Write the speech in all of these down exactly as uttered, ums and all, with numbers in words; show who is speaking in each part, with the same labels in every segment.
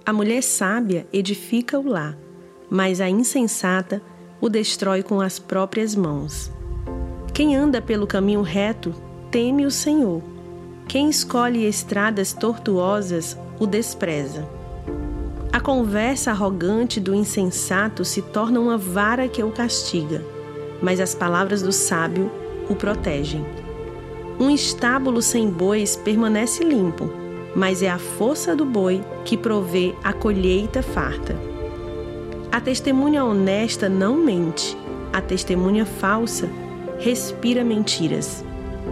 Speaker 1: A mulher sábia edifica o lar, mas a insensata o destrói com as próprias mãos. Quem anda pelo caminho reto teme o Senhor. Quem escolhe estradas tortuosas o despreza. A conversa arrogante do insensato se torna uma vara que o castiga, mas as palavras do sábio o protegem. Um estábulo sem bois permanece limpo, mas é a força do boi que provê a colheita farta. A testemunha honesta não mente, a testemunha falsa respira mentiras.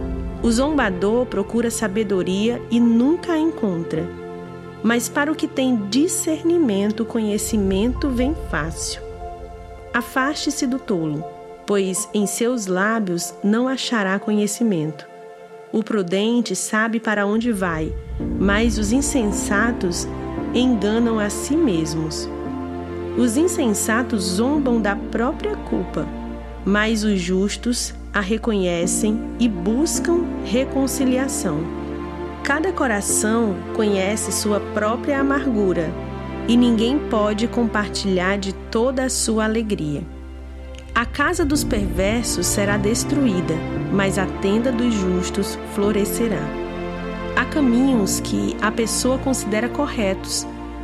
Speaker 1: O zombador procura sabedoria e nunca a encontra, mas para o que tem discernimento, conhecimento vem fácil. Afaste-se do tolo, pois em seus lábios não achará conhecimento. O prudente sabe para onde vai, mas os insensatos enganam a si mesmos. Os insensatos zombam da própria culpa, mas os justos a reconhecem e buscam reconciliação. Cada coração conhece sua própria amargura, e ninguém pode compartilhar de toda a sua alegria. A casa dos perversos será destruída, mas a tenda dos justos florescerá. Há caminhos que a pessoa considera corretos,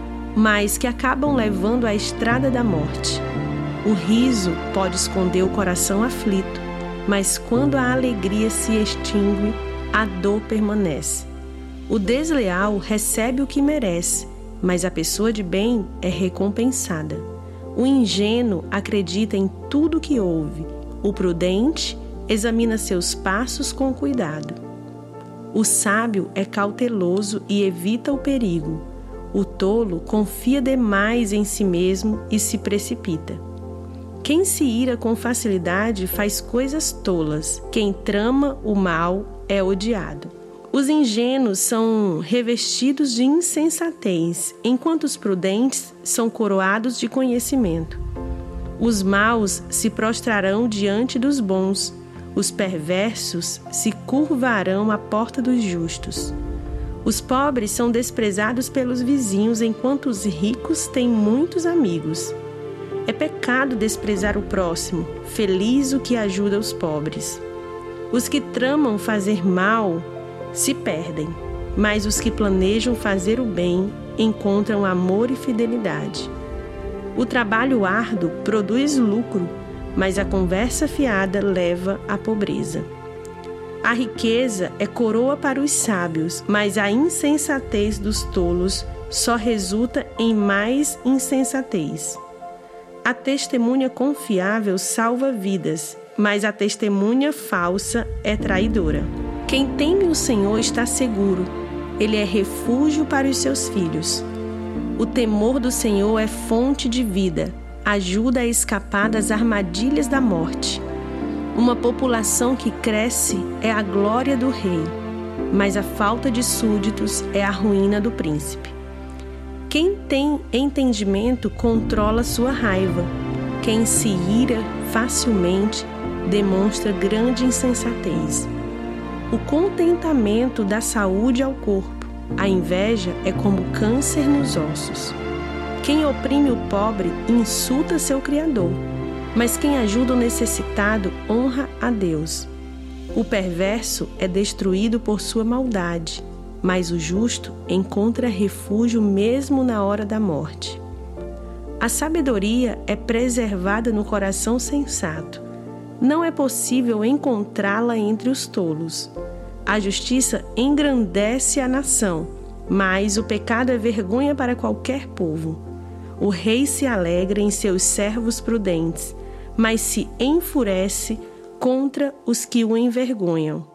Speaker 1: mas que acabam levando à estrada da morte. O riso pode esconder o coração aflito, mas quando a alegria se extingue, a dor permanece. O desleal recebe o que merece, mas a pessoa de bem é recompensada. O ingênuo acredita em tudo que ouve. O prudente examina seus passos com cuidado. O sábio é cauteloso e evita o perigo. O tolo confia demais em si mesmo e se precipita. Quem se ira com facilidade faz coisas tolas. Quem trama o mal é odiado. Os ingênuos são revestidos de insensatez, enquanto os prudentes são coroados de conhecimento. Os maus se prostrarão diante dos bons, os perversos se curvarão à porta dos justos. Os pobres são desprezados pelos vizinhos, enquanto os ricos têm muitos amigos. É pecado desprezar o próximo, feliz o que ajuda os pobres. Os que tramam fazer mal se perdem, mas os que planejam fazer o bem encontram amor e fidelidade. O trabalho árduo produz lucro, mas a conversa fiada leva à pobreza. A riqueza é coroa para os sábios, mas a insensatez dos tolos só resulta em mais insensatez. A testemunha confiável salva vidas, mas a testemunha falsa é traidora. Quem teme o Senhor está seguro, ele é refúgio para os seus filhos. O temor do Senhor é fonte de vida, ajuda a escapar das armadilhas da morte. Uma população que cresce é a glória do rei, mas a falta de súditos é a ruína do príncipe. Quem tem entendimento controla sua raiva. Quem se ira facilmente demonstra grande insensatez. O contentamento dá saúde ao corpo. A inveja é como câncer nos ossos. Quem oprime o pobre insulta seu Criador, mas quem ajuda o necessitado honra a Deus. O perverso é destruído por sua maldade, mas o justo encontra refúgio mesmo na hora da morte. A sabedoria é preservada no coração sensato. Não é possível encontrá-la entre os tolos. A justiça engrandece a nação, mas o pecado é vergonha para qualquer povo. O rei se alegra em seus servos prudentes, mas se enfurece contra os que o envergonham.